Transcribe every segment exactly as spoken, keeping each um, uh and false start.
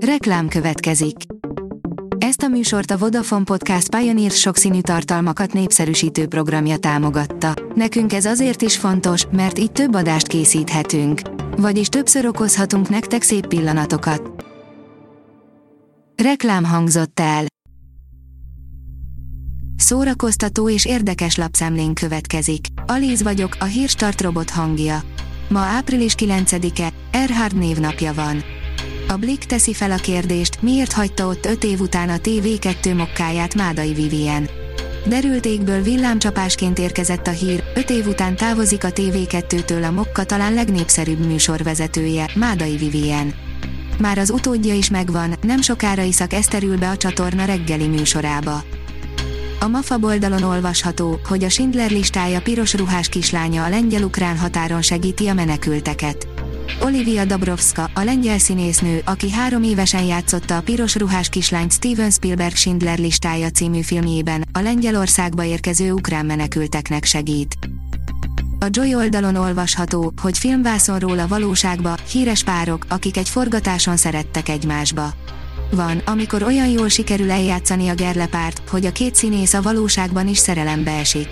Reklám következik. Ezt a műsort a Vodafone Podcast Pioneer sokszínű tartalmakat népszerűsítő programja támogatta. Nekünk ez azért is fontos, mert így több adást készíthetünk. Vagyis többször okozhatunk nektek szép pillanatokat. Reklám hangzott el. Szórakoztató és érdekes lapszemlén következik. Alíz vagyok, a Hírstart robot hangja. Ma április kilencedike, Erhard névnapja van. A Blick teszi fel a kérdést, miért hagyta ott öt év után a té vé kettő mokkáját Mádai Vivien. Derült égből villámcsapásként érkezett a hír, öt év után távozik a té vé kettőtől a Mokka talán legnépszerűbb műsorvezetője, Mádai Vivien. Már az utódja is megvan, nem sokára Iszak Eszter ül be a csatorna reggeli műsorába. A Mafab oldalon olvasható, hogy a Schindler listája piros ruhás kislánya a lengyel-ukrán határon segíti a menekülteket. Olivia Dabrowska, a lengyel színésznő, aki három évesen játszotta a piros ruhás kislányt Steven Spielberg Schindler listája című filmjében, a Lengyelországba érkező ukrán menekülteknek segít. A Joy oldalon olvasható, hogy filmvászonról a valóságba, híres párok, akik egy forgatáson szerettek egymásba. Van, amikor olyan jól sikerül eljátszani a gerlepárt, hogy a két színész a valóságban is szerelembe esik.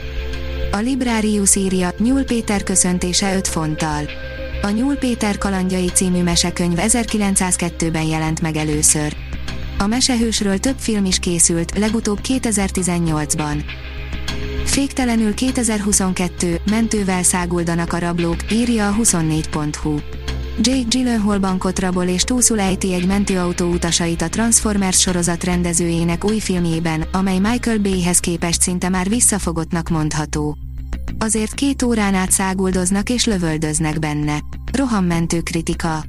A Librarius írja, Nyúl Péter köszöntése öt fonttal. A Nyúl Péter kalandjai című mesekönyv ezerkilencszázkettőben jelent meg először. A mesehősről több film is készült, legutóbb kétezer-tizennyolcban. Féktelenül kétezer-huszonkettő, mentővel száguldanak a rablók, írja a huszonnégy pont hu. Jake Gyllenhaal bankot rabol és túlszul ejti egy mentőautó utasait a Transformers sorozat rendezőjének új filmjében, amely Michael Bayhez képest szinte már visszafogottnak mondható. Azért két órán át száguldoznak és lövöldöznek benne. Rohammentő kritika.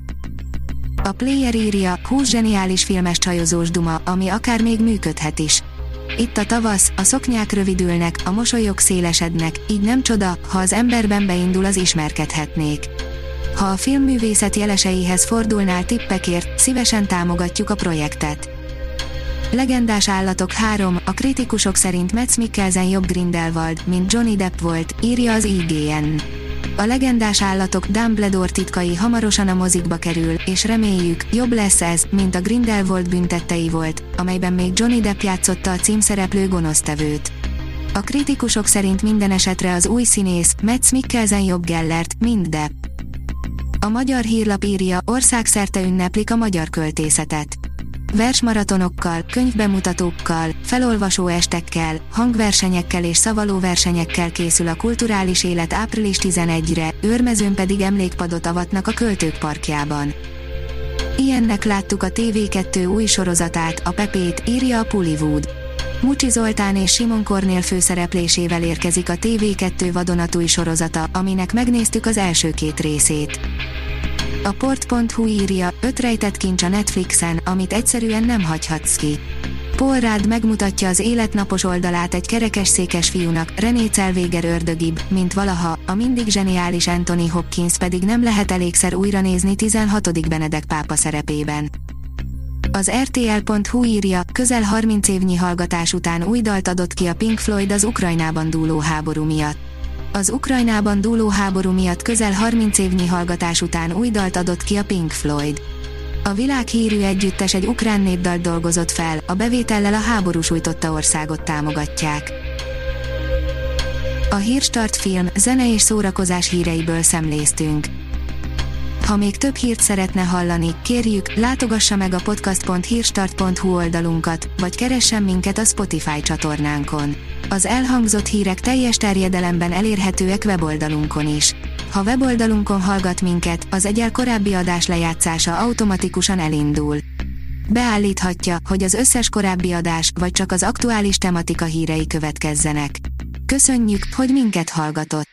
A Player írja, húsz zseniális filmes csajozós duma, ami akár még működhet is. Itt a tavasz, a szoknyák rövidülnek, a mosolyok szélesednek, így nem csoda, ha az emberben beindul az ismerkedhetnék. Ha a filmművészet jeleseihez fordulnál tippekért, szívesen támogatjuk a projektet. Legendás állatok három, a kritikusok szerint Mads Mikkelsen jobb Grindelwald, mint Johnny Depp volt, írja az i gé en. A legendás állatok Dumbledore titkai hamarosan a mozikba kerül, és reméljük, jobb lesz ez, mint a Grindelwald büntettei volt, amelyben még Johnny Depp játszotta a címszereplő gonosztevőt. A kritikusok szerint minden esetre az új színész, Mads Mikkelsen jobb Gellert, mint Depp. A Magyar Hírlap írja, országszerte ünneplik a magyar költészetet. Versmaratonokkal, könyvbemutatókkal, felolvasó estekkel, hangversenyekkel és szavalóversenyekkel készül a kulturális élet április tizenegyedikére, Őrmezőn pedig emlékpadot avatnak a Költők Parkjában. Ilyennek láttuk a té vé kettő új sorozatát, a Pepét, írja a Pullywood. Mucsi Zoltán és Simon Kornél főszereplésével érkezik a té vé kettő vadonatúj sorozata, aminek megnéztük az első két részét. A port pont hu írja, öt rejtett kincs a Netflixen, amit egyszerűen nem hagyhatsz ki. Paul Rudd megmutatja az élet napos oldalát egy kerekesszékes fiúnak, René Zellweger ördögibb, mint valaha, a mindig zseniális Anthony Hopkins pedig nem lehet elégszer újra nézni tizenhatodik Benedek pápa szerepében. Az er té el pont hu írja, közel harminc évnyi hallgatás után új dalt adott ki a Pink Floyd az Ukrajnában dúló háború miatt. Az Ukrajnában dúló háború miatt közel harminc évnyi hallgatás után új dalt adott ki a Pink Floyd. A világhírű együttes egy ukrán népdalt dolgozott fel, a bevétellel a háború sújtotta országot támogatják. A Hírstart film, zene és szórakozás híreiből szemléztünk. Ha még több hírt szeretne hallani, kérjük, látogassa meg a podcast pont hírstart pont hu oldalunkat, vagy keressen minket a Spotify csatornánkon. Az elhangzott hírek teljes terjedelemben elérhetőek weboldalunkon is. Ha weboldalunkon hallgat minket, az egyel korábbi adás lejátszása automatikusan elindul. Beállíthatja, hogy az összes korábbi adás, vagy csak az aktuális tematika hírei következzenek. Köszönjük, hogy minket hallgatott!